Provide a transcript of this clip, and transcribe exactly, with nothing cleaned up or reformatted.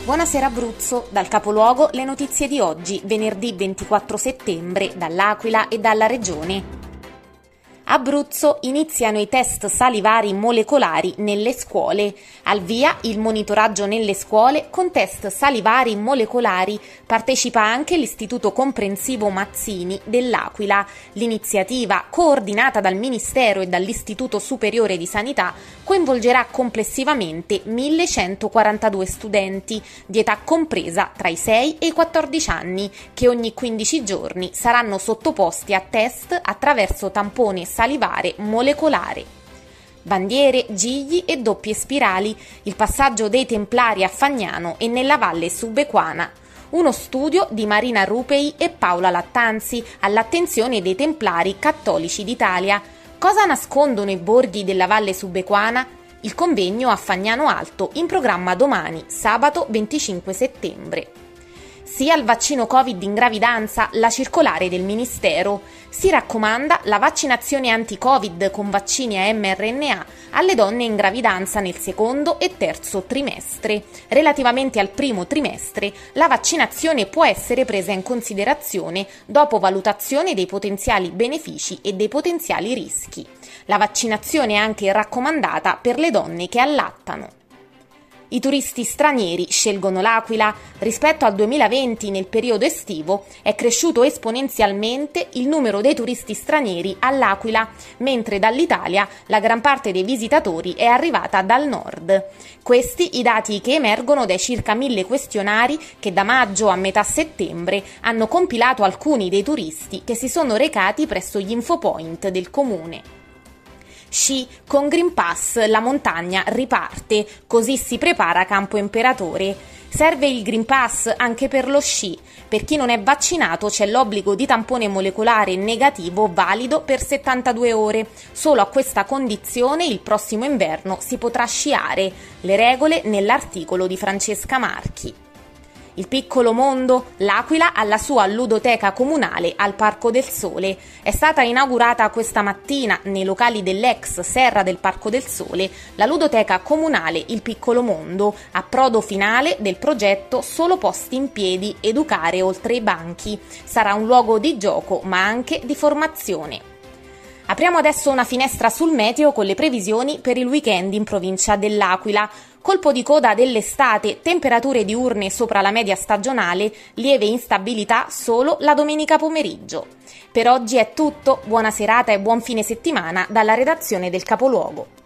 Buonasera Abruzzo, dal capoluogo le notizie di oggi, venerdì ventiquattro settembre, dall'Aquila e dalla Regione. Abruzzo iniziano i test salivari molecolari nelle scuole. Al via il monitoraggio nelle scuole con test salivari molecolari. Partecipa anche l'Istituto Comprensivo Mazzini dell'Aquila. L'iniziativa, coordinata dal Ministero e dall'Istituto Superiore di Sanità, coinvolgerà complessivamente millecentoquarantadue studenti di età compresa tra i sei e i quattordici anni, che ogni quindici giorni saranno sottoposti a test attraverso tampone salivare molecolare. Bandiere, gigli e doppie spirali, il passaggio dei Templari a Fagnano e nella Valle Subequana. Uno studio di Marina Rupei e Paola Lattanzi all'attenzione dei Templari Cattolici d'Italia. Cosa nascondono i borghi della Valle Subequana? Il convegno a Fagnano Alto, in programma domani, sabato venticinque settembre. Sia al vaccino Covid in gravidanza, la circolare del Ministero. Si raccomanda la vaccinazione anti-Covid con vaccini a mRNA alle donne in gravidanza nel secondo e terzo trimestre. Relativamente al primo trimestre, la vaccinazione può essere presa in considerazione dopo valutazione dei potenziali benefici e dei potenziali rischi. La vaccinazione è anche raccomandata per le donne che allattano. I turisti stranieri scelgono l'Aquila. Rispetto al duemilaventi, nel periodo estivo, è cresciuto esponenzialmente il numero dei turisti stranieri all'Aquila, mentre dall'Italia la gran parte dei visitatori è arrivata dal nord. Questi i dati che emergono dai circa mille questionari che da maggio a metà settembre hanno compilato alcuni dei turisti che si sono recati presso gli infopoint del comune. Sci, con Green Pass la montagna riparte, così si prepara Campo Imperatore. Serve il Green Pass anche per lo sci. Per chi non è vaccinato c'è l'obbligo di tampone molecolare negativo valido per settantadue ore. Solo a questa condizione il prossimo inverno si potrà sciare. Le regole nell'articolo di Francesca Marchi. Il piccolo mondo, l'Aquila alla sua ludoteca comunale al Parco del Sole. È stata inaugurata questa mattina nei locali dell'ex Serra del Parco del Sole la ludoteca comunale Il Piccolo Mondo, approdo finale del progetto Solo posti in piedi, educare oltre i banchi. Sarà un luogo di gioco ma anche di formazione. Apriamo adesso una finestra sul meteo con le previsioni per il weekend in provincia dell'Aquila. Colpo di coda dell'estate, temperature diurne sopra la media stagionale, lieve instabilità solo la domenica pomeriggio. Per oggi è tutto, buona serata e buon fine settimana dalla redazione del Capoluogo.